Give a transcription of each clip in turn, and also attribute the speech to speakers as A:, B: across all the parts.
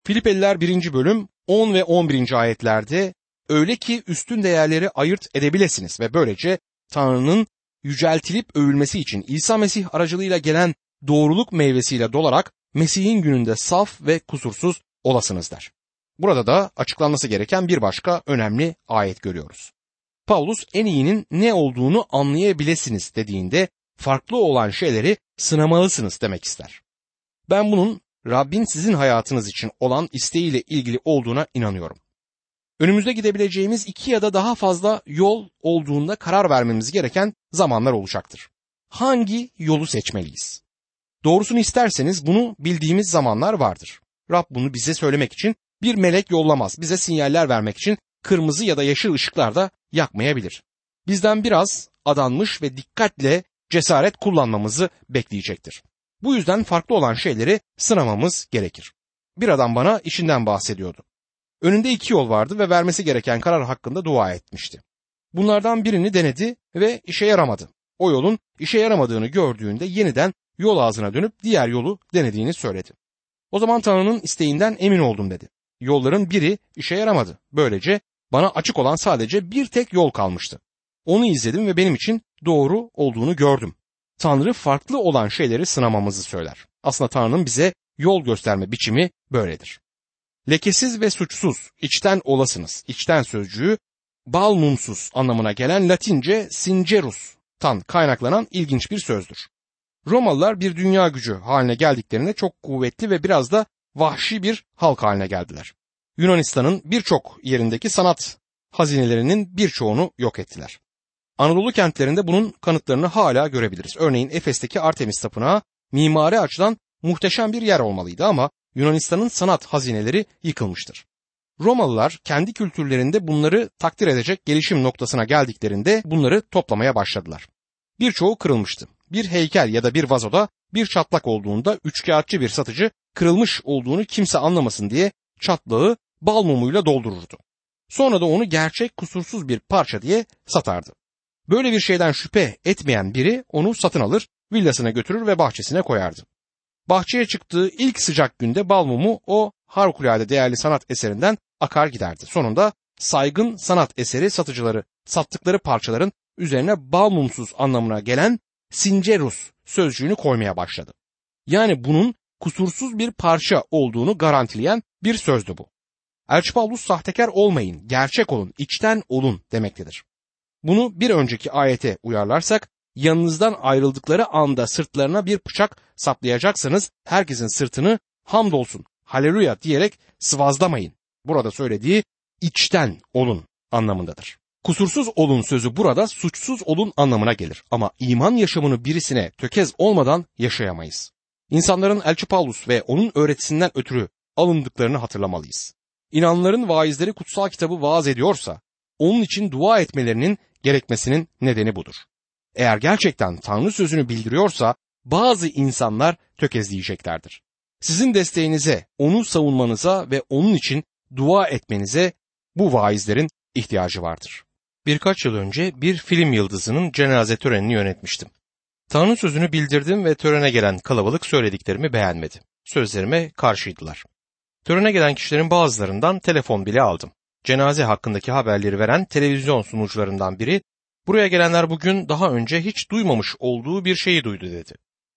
A: Filipeliler 1. bölüm 10 ve 11. ayetlerde öyle ki üstün değerleri ayırt edebilesiniz ve böylece Tanrı'nın yüceltilip övülmesi için İsa Mesih aracılığıyla gelen doğruluk meyvesiyle dolarak Mesih'in gününde saf ve kusursuz olasınız der. Burada da açıklanması gereken bir başka önemli ayet görüyoruz. Paulus en iyinin ne olduğunu anlayabilesiniz dediğinde farklı olan şeyleri sınamalısınız demek ister. Ben bunun Rabbin sizin hayatınız için olan isteğiyle ilgili olduğuna inanıyorum. Önümüzde gidebileceğimiz 2 ya da daha fazla yol olduğunda karar vermemiz gereken zamanlar olacaktır. Hangi yolu seçmeliyiz? Doğrusunu isterseniz bunu bildiğimiz zamanlar vardır. Rab bunu bize söylemek için bir melek yollamaz. Bize sinyaller vermek için kırmızı ya da yeşil ışıklar da yakmayabilir. Bizden biraz adanmış ve dikkatle cesaret kullanmamızı bekleyecektir. Bu yüzden farklı olan şeyleri sınamamız gerekir. Bir adam bana işinden bahsediyordu. Önünde 2 yol vardı ve vermesi gereken karar hakkında dua etmişti. Bunlardan birini denedi ve işe yaramadı. O yolun işe yaramadığını gördüğünde yeniden yol ağzına dönüp diğer yolu denediğini söyledi. O zaman Tanrı'nın isteğinden emin oldum dedi. Yolların biri işe yaramadı. Böylece bana açık olan sadece bir tek yol kalmıştı. Onu izledim ve benim için doğru olduğunu gördüm. Tanrı farklı olan şeyleri sınamamızı söyler. Aslında Tanrı'nın bize yol gösterme biçimi böyledir. Lekesiz ve suçsuz, içten olasınız. İçten sözcüğü balmumsuz anlamına gelen Latince sincerus'tan kaynaklanan ilginç bir sözdür. Romalılar bir dünya gücü haline geldiklerinde çok kuvvetli ve biraz da vahşi bir halk haline geldiler. Yunanistan'ın birçok yerindeki sanat hazinelerinin birçoğunu yok ettiler. Anadolu kentlerinde bunun kanıtlarını hala görebiliriz. Örneğin Efes'teki Artemis Tapınağı mimari açıdan muhteşem bir yer olmalıydı ama Yunanistan'ın sanat hazineleri yıkılmıştır. Romalılar kendi kültürlerinde bunları takdir edecek gelişim noktasına geldiklerinde bunları toplamaya başladılar. Birçoğu kırılmıştı. Bir heykel ya da bir vazoda bir çatlak olduğunda üçkağıtçı bir satıcı kırılmış olduğunu kimse anlamasın diye çatlağı bal mumuyla doldururdu. Sonra da onu gerçek kusursuz bir parça diye satardı. Böyle bir şeyden şüphe etmeyen biri onu satın alır, villasına götürür ve bahçesine koyardı. Bahçeye çıktığı ilk sıcak günde bal mumu o harikulade değerli sanat eserinden akar giderdi. Sonunda saygın sanat eseri satıcıları sattıkları parçaların üzerine bal mumsuz anlamına gelen sincerus sözcüğünü koymaya başladı. Yani bunun kusursuz bir parça olduğunu garantileyen bir sözdü bu. Elçi Paulus sahtekar olmayın, gerçek olun, içten olun demektedir. Bunu bir önceki ayete uyarlarsak, yanınızdan ayrıldıkları anda sırtlarına bir bıçak saplayacaksanız herkesin sırtını hamdolsun, haleluya diyerek sıvazlamayın. Burada söylediği içten olun anlamındadır. Kusursuz olun sözü burada suçsuz olun anlamına gelir. Ama iman yaşamını birisine tökez olmadan yaşayamayız. İnsanların Elçi Paulus ve onun öğretisinden ötürü alındıklarını hatırlamalıyız. İnanların vaizleri kutsal kitabı vaaz ediyorsa, onun için dua etmelerinin gerekmesinin nedeni budur. Eğer gerçekten Tanrı sözünü bildiriyorsa bazı insanlar tökezleyeceklerdir. Sizin desteğinize, onu savunmanıza ve onun için dua etmenize bu vaizlerin ihtiyacı vardır. Birkaç yıl önce bir film yıldızının cenaze törenini yönetmiştim. Tanrı sözünü bildirdim ve törene gelen kalabalık söylediklerimi beğenmedi. Sözlerime karşıydılar. Törene gelen kişilerin bazılarından telefon bile aldım. Cenaze hakkındaki haberleri veren televizyon sunucularından biri, buraya gelenler bugün daha önce hiç duymamış olduğu bir şeyi duydu dedi.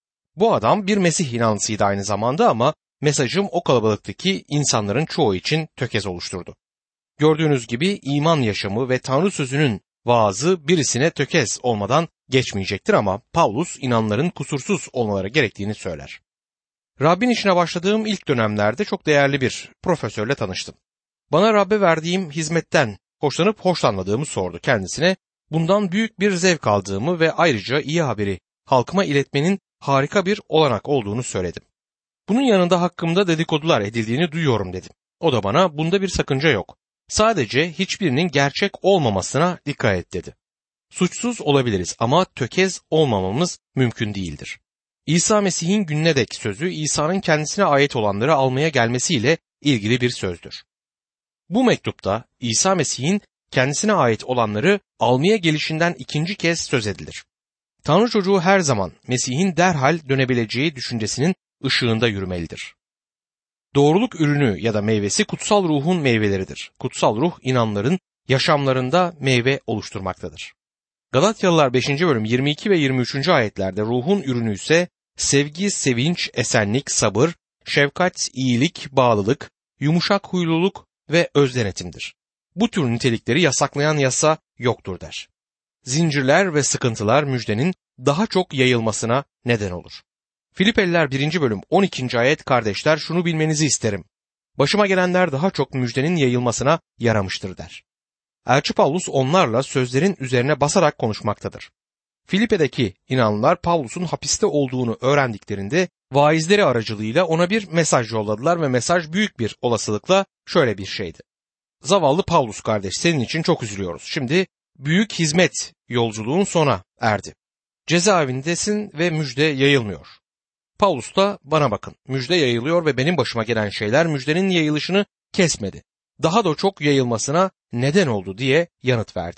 A: Bu adam bir Mesih inanlısıydı aynı zamanda ama mesajım o kalabalıktaki insanların çoğu için tökez oluşturdu. Gördüğünüz gibi iman yaşamı ve Tanrı sözünün vaazı birisine tökez olmadan geçmeyecektir ama Paulus inanların kusursuz olmaları gerektiğini söyler. Rabbin işine başladığım ilk dönemlerde çok değerli bir profesörle tanıştım. Bana Rabbe verdiğim hizmetten hoşlanıp hoşlanmadığımı sordu. Kendisine bundan büyük bir zevk aldığımı ve ayrıca iyi haberi halkıma iletmenin harika bir olanak olduğunu söyledim. Bunun yanında hakkımda dedikodular edildiğini duyuyorum dedim. O da bana bunda bir sakınca yok. Sadece hiçbirinin gerçek olmamasına dikkat et dedi. Suçsuz olabiliriz ama tökez olmamamız mümkün değildir. İsa Mesih'in gününe dek sözü İsa'nın kendisine ait olanları almaya gelmesiyle ilgili bir sözdür. Bu mektupta İsa Mesih'in kendisine ait olanları almaya gelişinden ikinci kez söz edilir. Tanrı çocuğu her zaman Mesih'in derhal dönebileceği düşüncesinin ışığında yürümelidir. Doğruluk ürünü ya da meyvesi kutsal ruhun meyveleridir. Kutsal ruh inanların yaşamlarında meyve oluşturmaktadır. Galatyalılar 5. bölüm 22 ve 23. ayetlerde ruhun ürünü ise sevgi, sevinç, esenlik, sabır, şefkat, iyilik, bağlılık, yumuşak huyluluk ve özdenetimdir. Bu tür nitelikleri yasaklayan yasa yoktur der. Zincirler ve sıkıntılar müjdenin daha çok yayılmasına neden olur. Filipeliler 1. bölüm 12. ayet kardeşler şunu bilmenizi isterim. Başıma gelenler daha çok müjdenin yayılmasına yaramıştır der. Elçi Pavlus onlarla sözlerin üzerine basarak konuşmaktadır. Filipe'deki inanlılar Pavlus'un hapiste olduğunu öğrendiklerinde vaizleri aracılığıyla ona bir mesaj yolladılar ve mesaj büyük bir olasılıkla şöyle bir şeydi. Zavallı Pavlus kardeş, senin için çok üzülüyoruz. Şimdi büyük hizmet yolculuğun sona erdi. Cezaevindesin ve müjde yayılmıyor. Pavlus da bana bakın, müjde yayılıyor ve benim başıma gelen şeyler müjdenin yayılışını kesmedi. Daha da çok yayılmasına neden oldu diye yanıt verdi.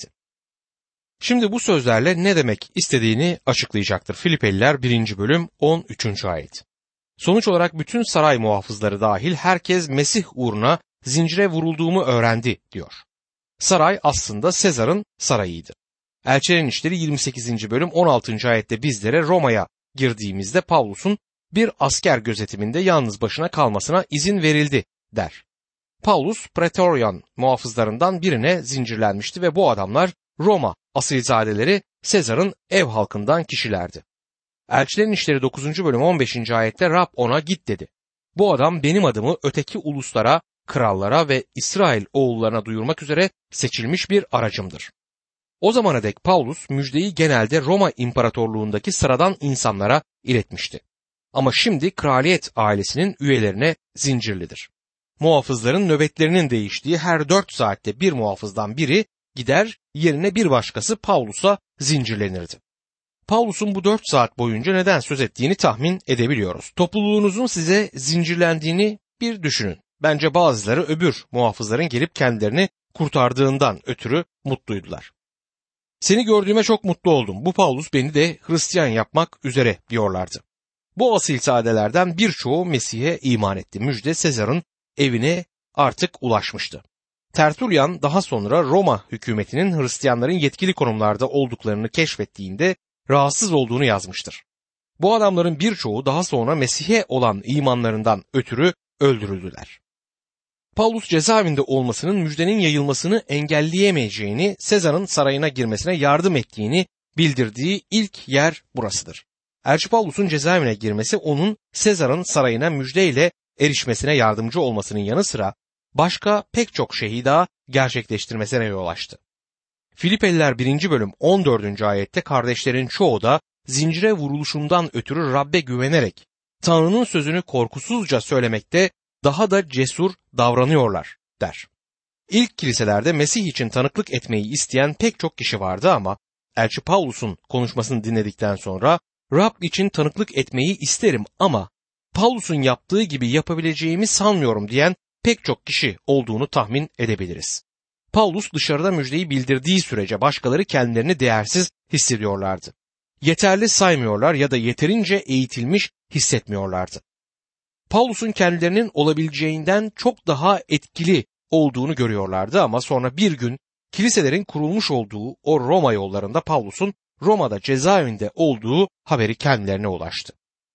A: Şimdi bu sözlerle ne demek istediğini açıklayacaktır. Filipeliler 1. bölüm 13. ayet. Sonuç olarak bütün saray muhafızları dahil herkes Mesih uğruna zincire vurulduğumu öğrendi diyor. Saray aslında Sezar'ın sarayıydı. Elçilerin İşleri 28. bölüm 16. ayette bizlere Roma'ya girdiğimizde Pavlus'un bir asker gözetiminde yalnız başına kalmasına izin verildi der. Paulus Pretorian muhafızlarından birine zincirlenmişti ve bu adamlar Roma asilzadeleri Sezar'ın ev halkından kişilerdi. Elçilerin İşleri 9. bölüm 15. ayette Rab ona git dedi. Bu adam benim adımı öteki uluslara, krallara ve İsrail oğullarına duyurmak üzere seçilmiş bir aracımdır. O zamana dek Paulus müjdeyi genelde Roma İmparatorluğundaki sıradan insanlara iletmişti. Ama şimdi kraliyet ailesinin üyelerine zincirlidir. Muhafızların nöbetlerinin değiştiği her 4 saatte bir muhafızdan biri gider, yerine bir başkası Paulus'a zincirlenirdi. Paulus'un bu 4 saat boyunca neden söz ettiğini tahmin edebiliyoruz. Topluluğunuzun size zincirlendiğini bir düşünün. Bence bazıları öbür muhafızların gelip kendilerini kurtardığından ötürü mutluydular. Seni gördüğüme çok mutlu oldum. Bu Paulus beni de Hristiyan yapmak üzere diyorlardı. Bu asilzadelerden birçoğu Mesih'e iman etti. Müjde Sezar'ın evine artık ulaşmıştı. Tertullian daha sonra Roma hükümetinin Hristiyanların yetkili konumlarda olduklarını keşfettiğinde rahatsız olduğunu yazmıştır. Bu adamların birçoğu daha sonra Mesih'e olan imanlarından ötürü öldürüldüler. Paulus cezaevinde olmasının müjdenin yayılmasını engelleyemeyeceğini, Sezar'ın sarayına girmesine yardım ettiğini bildirdiği ilk yer burasıdır. Elçi Paulus'un cezaevine girmesi onun Sezar'ın sarayına müjdeyle erişmesine yardımcı olmasının yanı sıra başka pek çok şeyi daha gerçekleştirmesine yol açtı. Filipeliler 1. bölüm 14. ayette kardeşlerin çoğu da zincire vuruluşundan ötürü Rabbe güvenerek Tanrı'nın sözünü korkusuzca söylemekte daha da cesur davranıyorlar der. İlk kiliselerde Mesih için tanıklık etmeyi isteyen pek çok kişi vardı ama Elçi Paulus'un konuşmasını dinledikten sonra Rab için tanıklık etmeyi isterim ama Paulus'un yaptığı gibi yapabileceğimi sanmıyorum diyen pek çok kişi olduğunu tahmin edebiliriz. Paulus dışarıda müjdeyi bildirdiği sürece başkaları kendilerini değersiz hissediyorlardı. Yeterli saymıyorlar ya da yeterince eğitilmiş hissetmiyorlardı. Paulus'un kendilerinin olabileceğinden çok daha etkili olduğunu görüyorlardı ama sonra bir gün kiliselerin kurulmuş olduğu o Roma yollarında Paulus'un Roma'da cezaevinde olduğu haberi kendilerine ulaştı.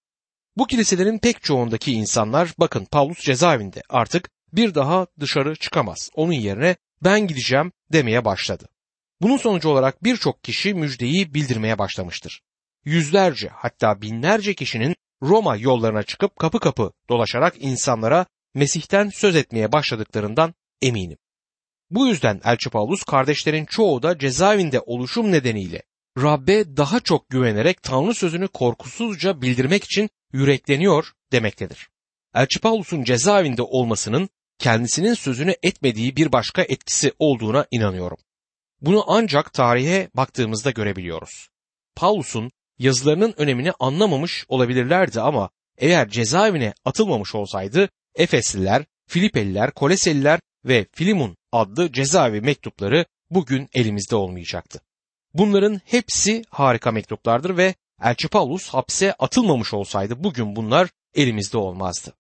A: Bu kiliselerin pek çoğundaki insanlar bakın Paulus cezaevinde artık bir daha dışarı çıkamaz. Onun yerine ben gideceğim demeye başladı. Bunun sonucu olarak birçok kişi müjdeyi bildirmeye başlamıştır. Yüzlerce hatta binlerce kişinin Roma yollarına çıkıp kapı kapı dolaşarak insanlara Mesih'ten söz etmeye başladıklarından eminim. Bu yüzden Elçi Paulus kardeşlerin çoğu da cezaevinde oluşum nedeniyle Rabbe daha çok güvenerek Tanrı sözünü korkusuzca bildirmek için yürekleniyor demektedir. Elçi Paulus'un cezaevinde olmasının kendisinin sözünü etmediği bir başka etkisi olduğuna inanıyorum. Bunu ancak tarihe baktığımızda görebiliyoruz. Paulus'un yazılarının önemini anlamamış olabilirlerdi ama eğer cezaevine atılmamış olsaydı Efesliler, Filipeliler, Koleseliler ve Filimon adlı cezaevi mektupları bugün elimizde olmayacaktı. Bunların hepsi harika mektuplardır ve Elçi Paulus hapse atılmamış olsaydı bugün bunlar elimizde olmazdı.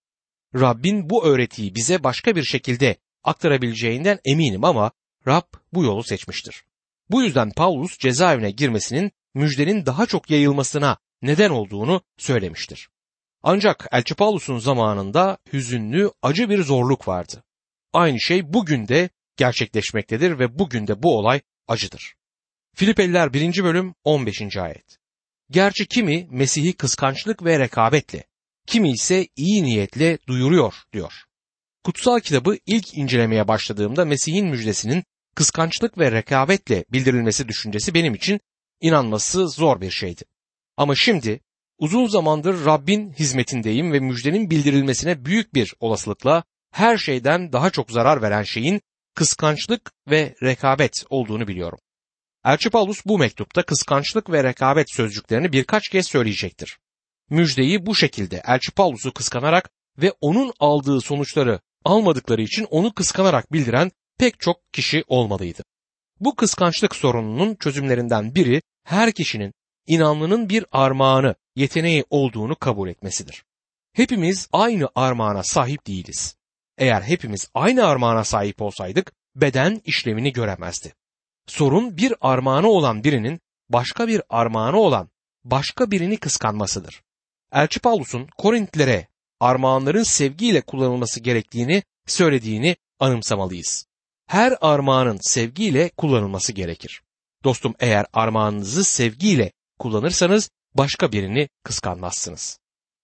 A: Rabbin bu öğretiyi bize başka bir şekilde aktarabileceğinden eminim ama Rab bu yolu seçmiştir. Bu yüzden Pavlus cezaevine girmesinin müjdenin daha çok yayılmasına neden olduğunu söylemiştir. Ancak Elçi Pavlus'un zamanında hüzünlü, acı bir zorluk vardı. Aynı şey bugün de gerçekleşmektedir ve bugün de bu olay acıdır. Filipeliler 1. bölüm 15. ayet. Gerçi kimi Mesih'i kıskançlık ve rekabetle, kimi ise iyi niyetle duyuruyor diyor. Kutsal kitabı ilk incelemeye başladığımda Mesih'in müjdesinin kıskançlık ve rekabetle bildirilmesi düşüncesi benim için inanması zor bir şeydi. Ama şimdi uzun zamandır Rabbin hizmetindeyim ve müjdenin bildirilmesine büyük bir olasılıkla her şeyden daha çok zarar veren şeyin kıskançlık ve rekabet olduğunu biliyorum. Elçi Pavlus bu mektupta kıskançlık ve rekabet sözcüklerini birkaç kez söyleyecektir. Müjdeyi bu şekilde Elçi Pavlus'u kıskanarak ve onun aldığı sonuçları almadıkları için onu kıskanarak bildiren pek çok kişi olmalıydı. Bu kıskançlık sorununun çözümlerinden biri her kişinin inanlının bir armağanı, yeteneği olduğunu kabul etmesidir. Hepimiz aynı armağana sahip değiliz. Eğer hepimiz aynı armağana sahip olsaydık beden işlevini göremezdi. Sorun bir armağanı olan birinin başka bir armağanı olan başka birini kıskanmasıdır. Elçi Pavlus'un Korintlilere armağanların sevgiyle kullanılması gerektiğini söylediğini anımsamalıyız. Her armağanın sevgiyle kullanılması gerekir. Dostum, eğer armağanınızı sevgiyle kullanırsanız başka birini kıskanmazsınız.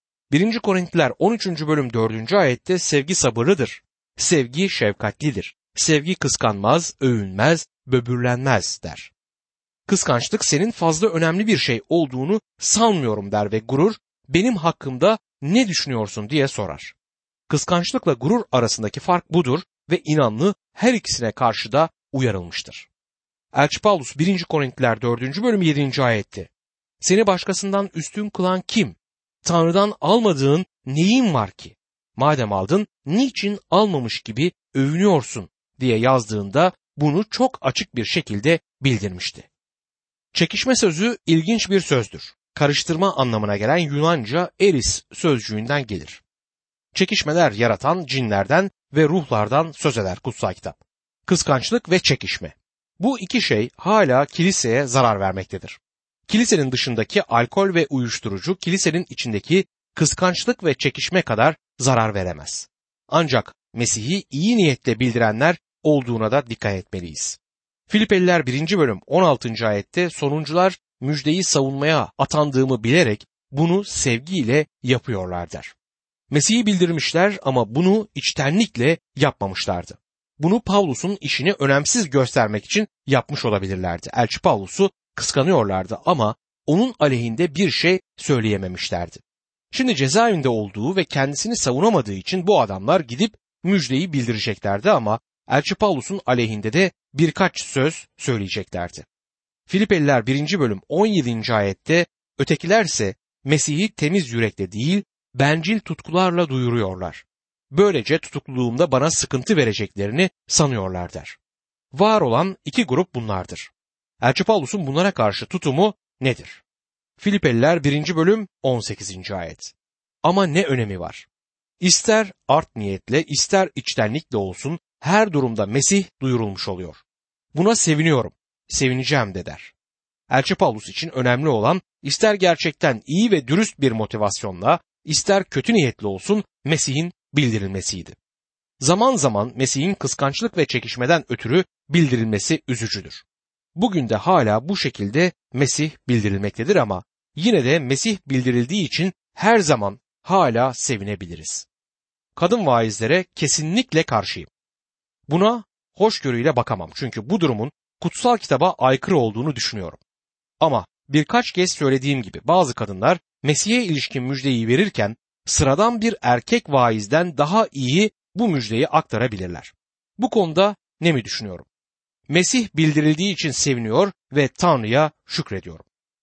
A: 1. Korintiler 13. bölüm 4. ayette sevgi sabırlıdır, sevgi şefkatlidir, sevgi kıskanmaz, övünmez, böbürlenmez der. Kıskançlık senin fazla önemli bir şey olduğunu sanmıyorum der ve gurur benim hakkımda ne düşünüyorsun diye sorar. Kıskançlıkla gurur arasındaki fark budur ve inanlı her ikisine karşı da uyarılmıştır. Elçi Pavlus 1. Korintiler 4. bölüm 7. ayette seni başkasından üstün kılan kim? Tanrı'dan almadığın neyin var ki? Madem aldın, niçin almamış gibi övünüyorsun diye yazdığında bunu çok açık bir şekilde bildirmişti. Çekişme sözü ilginç bir sözdür. Karıştırma anlamına gelen Yunanca eris sözcüğünden gelir. Çekişmeler yaratan cinlerden ve ruhlardan söz eder kutsal kitap. Kıskançlık ve çekişme. Bu iki şey hala kiliseye zarar vermektedir. Kilisenin dışındaki alkol ve uyuşturucu kilisenin içindeki kıskançlık ve çekişme kadar zarar veremez. Ancak Mesih'i iyi niyetle bildirenler olduğuna da dikkat etmeliyiz. Filipeliler 1. bölüm 16. ayette sonuncular müjdeyi savunmaya atandığımı bilerek bunu sevgiyle yapıyorlar der. Mesih'i bildirmişler ama bunu içtenlikle yapmamışlardı. Bunu Pavlus'un işini önemsiz göstermek için yapmış olabilirlerdi. Elçi Pavlus'u kıskanıyorlardı ama onun aleyhinde bir şey söyleyememişlerdi. Şimdi cezaevinde olduğu ve kendisini savunamadığı için bu adamlar gidip müjdeyi bildireceklerdi ama Elçi Pavlus'un aleyhinde de birkaç söz söyleyeceklerdi. Filipeliler 1. bölüm 17. ayette ötekilerse Mesih'i temiz yürekle değil, bencil tutkularla duyuruyorlar. Böylece tutukluluğumda bana sıkıntı vereceklerini sanıyorlar der. Var olan iki grup bunlardır. Elçi Pavlus'un bunlara karşı tutumu nedir? Filipeliler 1. bölüm 18. ayet. Ama ne önemi var? İster art niyetle, ister içtenlikle olsun her durumda Mesih duyurulmuş oluyor. Buna seviniyorum, sevineceğim de der. Elçi Pavlus için önemli olan ister gerçekten iyi ve dürüst bir motivasyonla, ister kötü niyetli olsun Mesih'in bildirilmesiydi. Zaman zaman Mesih'in kıskançlık ve çekişmeden ötürü bildirilmesi üzücüdür. Bugün de hala bu şekilde Mesih bildirilmektedir ama yine de Mesih bildirildiği için her zaman hala sevinebiliriz. Kadın vaizlere kesinlikle karşıyım. Buna hoşgörüyle bakamam çünkü bu durumun kutsal kitaba aykırı olduğunu düşünüyorum. Ama birkaç kez söylediğim gibi bazı kadınlar Mesih'e ilişkin müjdeyi verirken sıradan bir erkek vaizden daha iyi bu müjdeyi aktarabilirler. Bu konuda ne mi düşünüyorum? Mesih bildirildiği için seviniyor ve Tanrı'ya şükrediyorum.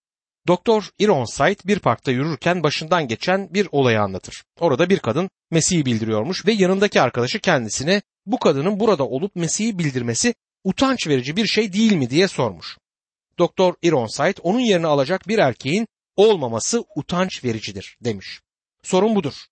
A: Doktor Ironside bir parkta yürürken başından geçen bir olayı anlatır. Orada bir kadın Mesih'i bildiriyormuş ve yanındaki arkadaşı kendisine bu kadının burada olup Mesih'i bildirmesi utanç verici bir şey değil mi diye sormuş. Doktor Ironside onun yerini alacak bir erkeğin olmaması utanç vericidir demiş. Sorun budur.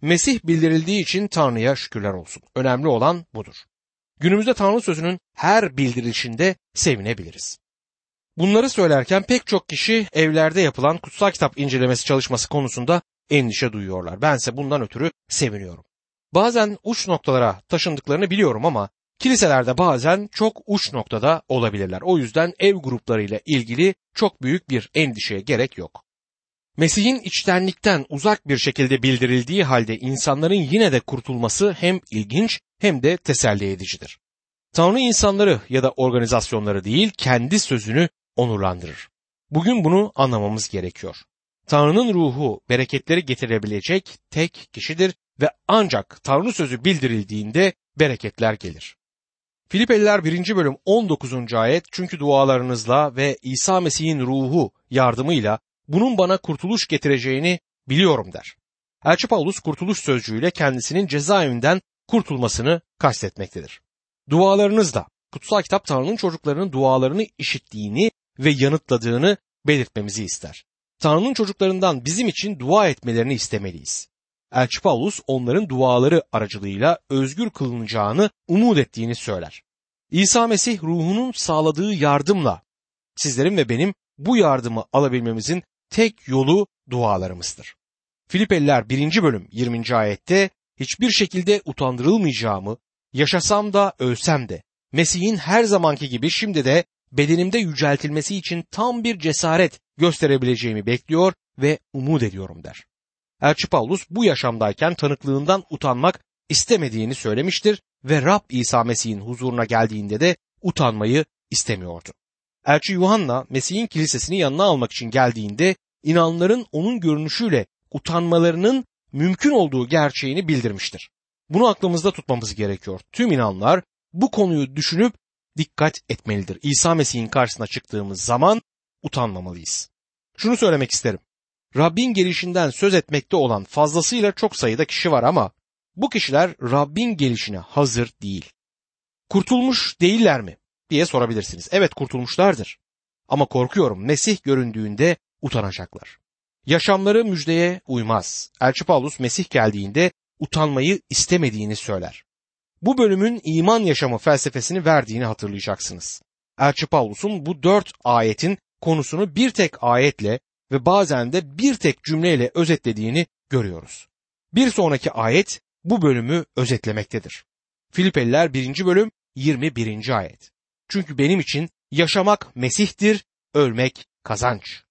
A: Mesih bildirildiği için Tanrı'ya şükürler olsun. Önemli olan budur. Günümüzde Tanrı sözünün her bildirilişinde sevinebiliriz. Bunları söylerken pek çok kişi evlerde yapılan kutsal kitap incelemesi çalışması konusunda endişe duyuyorlar. Bense bundan ötürü seviniyorum. Bazen uç noktalara taşındıklarını biliyorum ama kiliselerde bazen çok uç noktada olabilirler. O yüzden ev gruplarıyla ilgili çok büyük bir endişeye gerek yok. Mesih'in içtenlikten uzak bir şekilde bildirildiği halde insanların yine de kurtulması hem ilginç hem de teselli edicidir. Tanrı insanları ya da organizasyonları değil, kendi sözünü onurlandırır. Bugün bunu anlamamız gerekiyor. Tanrı'nın ruhu bereketleri getirebilecek tek kişidir ve ancak Tanrı sözü bildirildiğinde bereketler gelir. Filipeliler 1. bölüm 19. ayet, çünkü dualarınızla ve İsa Mesih'in ruhu yardımıyla bunun bana kurtuluş getireceğini biliyorum der. Elçi Paulus kurtuluş sözcüğüyle kendisinin cezaevinden kurtulmasını kastetmektedir. Dualarınızla, kutsal kitap Tanrı'nın çocuklarının dualarını işittiğini ve yanıtladığını belirtmemizi ister. Tanrı'nın çocuklarından bizim için dua etmelerini istemeliyiz. Elçi Paulus onların duaları aracılığıyla özgür kılınacağını umut ettiğini söyler. İsa Mesih ruhunun sağladığı yardımla sizlerin ve benim bu yardımı alabilmemizin tek yolu dualarımızdır. Filipeliler 1. bölüm 20. ayette hiçbir şekilde utandırılmayacağımı, yaşasam da ölsem de Mesih'in her zamanki gibi şimdi de bedenimde yüceltilmesi için tam bir cesaret gösterebileceğimi bekliyor ve umut ediyorum der. Elçi Paulus bu yaşamdayken tanıklığından utanmak istemediğini söylemiştir ve Rab İsa Mesih'in huzuruna geldiğinde de utanmayı istemiyordu. Elçi Yuhanna Mesih'in kilisesini yanına almak için geldiğinde inananların onun görünüşüyle utanmalarının mümkün olduğu gerçeğini bildirmiştir. Bunu aklımızda tutmamız gerekiyor. Tüm inananlar bu konuyu düşünüp dikkat etmelidir. İsa Mesih'in karşısına çıktığımız zaman utanmamalıyız. Şunu söylemek isterim. Rabbin gelişinden söz etmekte olan fazlasıyla çok sayıda kişi var ama bu kişiler Rabbin gelişine hazır değil. Kurtulmuş değiller mi diye sorabilirsiniz. Evet, kurtulmuşlardır. Ama korkuyorum Mesih göründüğünde utanacaklar. Yaşamları müjdeye uymaz. Elçi Paulus Mesih geldiğinde utanmayı istemediğini söyler. Bu bölümün iman yaşamı felsefesini verdiğini hatırlayacaksınız. Elçi Paulus'un bu 4 ayetin konusunu bir tek ayetle ve bazen de bir tek cümleyle özetlediğini görüyoruz. Bir sonraki ayet bu bölümü özetlemektedir. Filipeliler 1. bölüm 21. ayet. Çünkü benim için yaşamak Mesih'tir, ölmek kazanç.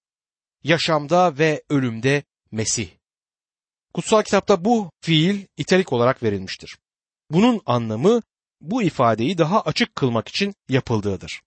A: Yaşamda ve ölümde Mesih. Kutsal kitapta bu fiil italik olarak verilmiştir. Bunun anlamı bu ifadeyi daha açık kılmak için yapıldığıdır.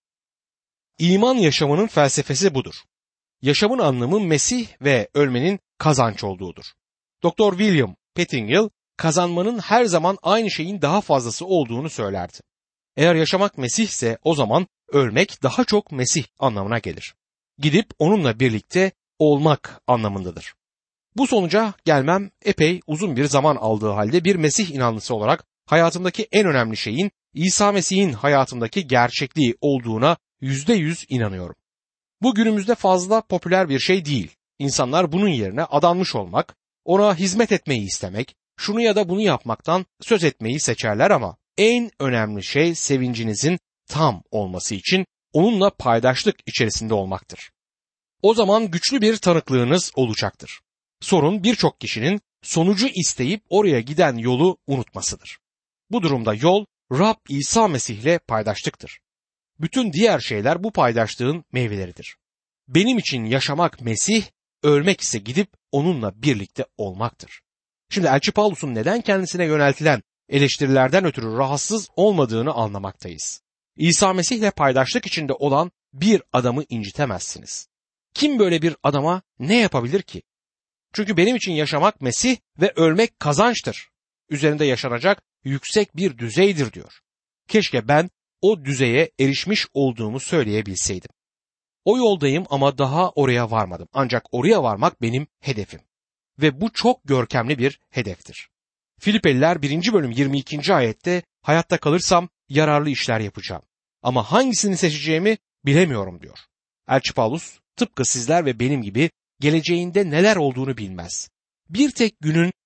A: İman yaşamının felsefesi budur. Yaşamın anlamı Mesih ve ölmenin kazanç olduğudur. Dr. William Pettingill kazanmanın her zaman aynı şeyin daha fazlası olduğunu söylerdi. Eğer yaşamak Mesih ise o zaman ölmek daha çok Mesih anlamına gelir. Gidip onunla birlikte olmak anlamındadır. Bu sonuca gelmem epey uzun bir zaman aldığı halde bir Mesih inanlısı olarak hayatımdaki en önemli şeyin İsa Mesih'in hayatımdaki gerçekliği olduğuna %100 inanıyorum. Bu günümüzde fazla popüler bir şey değil. İnsanlar bunun yerine adanmış olmak, ona hizmet etmeyi istemek, şunu ya da bunu yapmaktan söz etmeyi seçerler ama en önemli şey sevincinizin tam olması için onunla paydaşlık içerisinde olmaktır. O zaman güçlü bir tanıklığınız olacaktır. Sorun birçok kişinin sonucu isteyip oraya giden yolu unutmasıdır. Bu durumda yol Rab İsa Mesih'le paydaşlıktır. Bütün diğer şeyler bu paydaşlığın meyveleridir. Benim için yaşamak Mesih, ölmek ise gidip onunla birlikte olmaktır. Şimdi Elçi Paulus'un neden kendisine yöneltilen eleştirilerden ötürü rahatsız olmadığını anlamaktayız. İsa Mesih'le paydaşlık içinde olan bir adamı incitemezsiniz. Kim böyle bir adama ne yapabilir ki? Çünkü benim için yaşamak Mesih ve ölmek kazançtır. Üzerinde yaşanacak yüksek bir düzeydir diyor. Keşke ben o düzeye erişmiş olduğumu söyleyebilseydim. O yoldayım ama daha oraya varmadım. Ancak oraya varmak benim hedefim. Ve bu çok görkemli bir hedeftir. Filipeliler 1. bölüm 22. ayette hayatta kalırsam yararlı işler yapacağım. Ama hangisini seçeceğimi bilemiyorum diyor. Elçi Paulus tıpkı sizler ve benim gibi geleceğinde neler olduğunu bilmez. Bir tek günün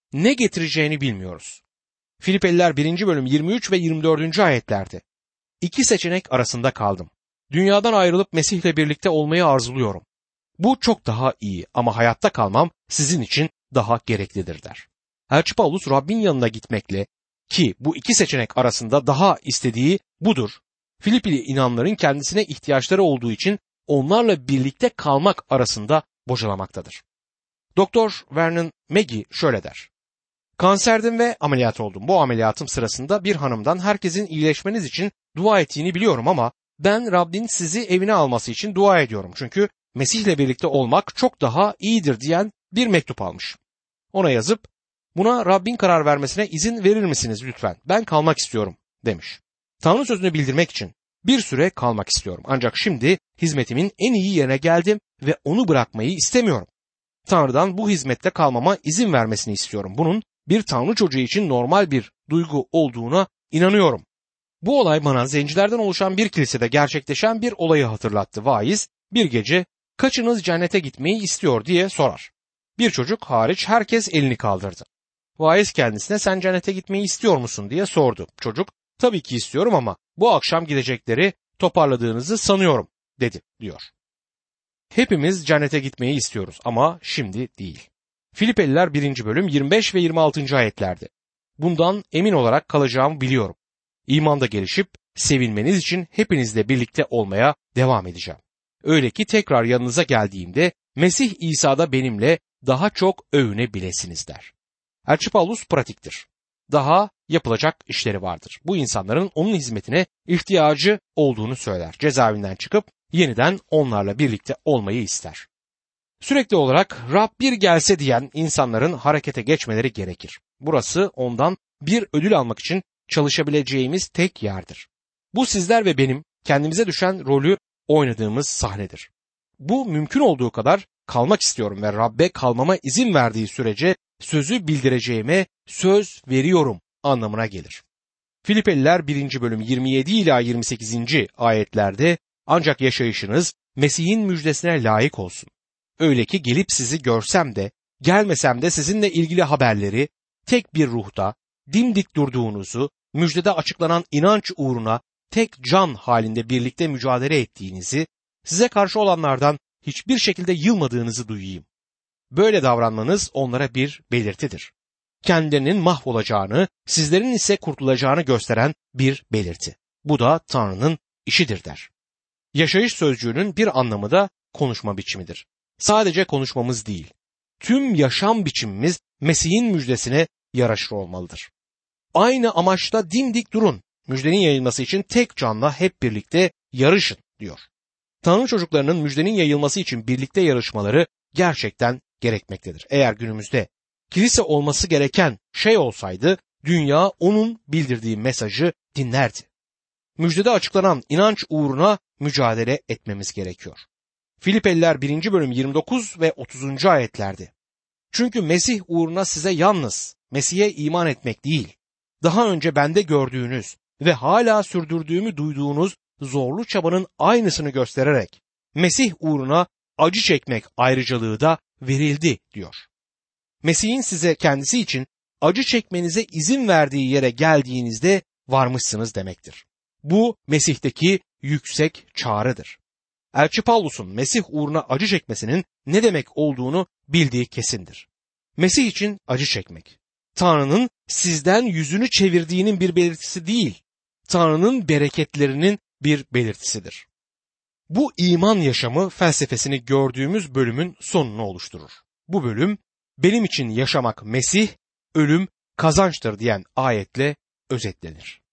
A: ne getireceğini bilmiyoruz. Filipeliler 1. bölüm 23 ve 24. ayetlerde iki seçenek arasında kaldım. Dünyadan ayrılıp Mesih'le birlikte olmayı arzuluyorum. Bu çok daha iyi ama hayatta kalmam sizin için daha gereklidir der. Elçi Paulus Rabbin yanına gitmekle, ki bu iki seçenek arasında daha istediği budur, Filipili inanların kendisine ihtiyaçları olduğu için onlarla birlikte kalmak arasında bocalamaktadır. Doktor Vernon McGee şöyle der: Kanserdim ve ameliyat oldum. Bu ameliyatım sırasında bir hanımdan herkesin iyileşmeniz için dua ettiğini biliyorum ama ben Rabbin sizi evine alması için dua ediyorum. Çünkü Mesih'le birlikte olmak çok daha iyidir diyen bir mektup almış. Ona yazıp buna Rabbin karar vermesine izin verir misiniz lütfen? Ben kalmak istiyorum demiş. Tanrı sözünü bildirmek için bir süre kalmak istiyorum. Ancak şimdi hizmetimin en iyi yerine geldim ve onu bırakmayı istemiyorum. Tanrı'dan bu hizmette kalmama izin vermesini istiyorum. Bunun bir Tanrı çocuğu için normal bir duygu olduğuna inanıyorum. Bu olay bana zencilerden oluşan bir kilisede gerçekleşen bir olayı hatırlattı. Vaiz bir gece kaçınız cennete gitmeyi istiyor diye sorar. Bir çocuk hariç herkes elini kaldırdı. Vaiz kendisine sen cennete gitmeyi istiyor musun diye sordu. Çocuk tabii ki istiyorum ama bu akşam gidecekleri toparladığınızı sanıyorum dedi diyor. Hepimiz cennete gitmeyi istiyoruz ama şimdi değil. Filipeliler 1. bölüm 25 ve 26. ayetlerde. Bundan emin olarak kalacağımı biliyorum. İmanda gelişip sevinmeniz için hepinizle birlikte olmaya devam edeceğim. Öyle ki tekrar yanınıza geldiğimde Mesih İsa'da benimle daha çok övünebilesiniz der. Elçi Paulus pratiktir. Daha yapılacak işleri vardır. Bu insanların onun hizmetine ihtiyacı olduğunu söyler. Cezaevinden çıkıp yeniden onlarla birlikte olmayı ister. Sürekli olarak Rab bir gelse diyen insanların harekete geçmeleri gerekir. Burası ondan bir ödül almak için çalışabileceğimiz tek yerdir. Bu sizler ve benim kendimize düşen rolü oynadığımız sahnedir. Bu mümkün olduğu kadar kalmak istiyorum ve Rabbe kalmama izin verdiği sürece sözü bildireceğime söz veriyorum anlamına gelir. Filipeliler 1. bölüm 27 ila 28. ayetlerde ancak yaşayışınız Mesih'in müjdesine layık olsun. Öyle ki gelip sizi görsem de gelmesem de sizinle ilgili haberleri tek bir ruhta dimdik durduğunuzu, müjdede açıklanan inanç uğruna tek can halinde birlikte mücadele ettiğinizi, size karşı olanlardan hiçbir şekilde yılmadığınızı duyayım. Böyle davranmanız onlara bir belirtidir. Kendilerinin mahvolacağını, sizlerin ise kurtulacağını gösteren bir belirti. Bu da Tanrı'nın işidir der. Yaşayış sözcüğünün bir anlamı da konuşma biçimidir. Sadece konuşmamız değil, tüm yaşam biçimimiz Mesih'in müjdesine yaraşır olmalıdır. Aynı amaçta dimdik durun. Müjdenin yayılması için tek canla hep birlikte yarışın diyor. Tanrı çocuklarının müjdenin yayılması için birlikte yarışmaları gerçekten gerekmektedir. Eğer günümüzde kilise olması gereken şey olsaydı dünya onun bildirdiği mesajı dinlerdi. Müjdede açıklanan inanç uğruna mücadele etmemiz gerekiyor. Filipeliler 1. bölüm 29 ve 30. ayetlerde. Çünkü Mesih uğruna size yalnız Mesih'e iman etmek değil, daha önce bende gördüğünüz ve hala sürdürdüğümü duyduğunuz zorlu çabanın aynısını göstererek Mesih uğruna acı çekmek ayrıcalığı da verildi diyor. Mesih'in size kendisi için acı çekmenize izin verdiği yere geldiğinizde varmışsınız demektir. Bu Mesih'teki yüksek çağrıdır. Elçi Paulus'un Mesih uğruna acı çekmesinin ne demek olduğunu bildiği kesindir. Mesih için acı çekmek, Tanrı'nın sizden yüzünü çevirdiğinin bir belirtisi değil, Tanrı'nın bereketlerinin bir belirtisidir. Bu iman yaşamı felsefesini gördüğümüz bölümün sonunu oluşturur. Bu bölüm, benim için yaşamak Mesih, ölüm kazançtır diyen ayetle özetlenir.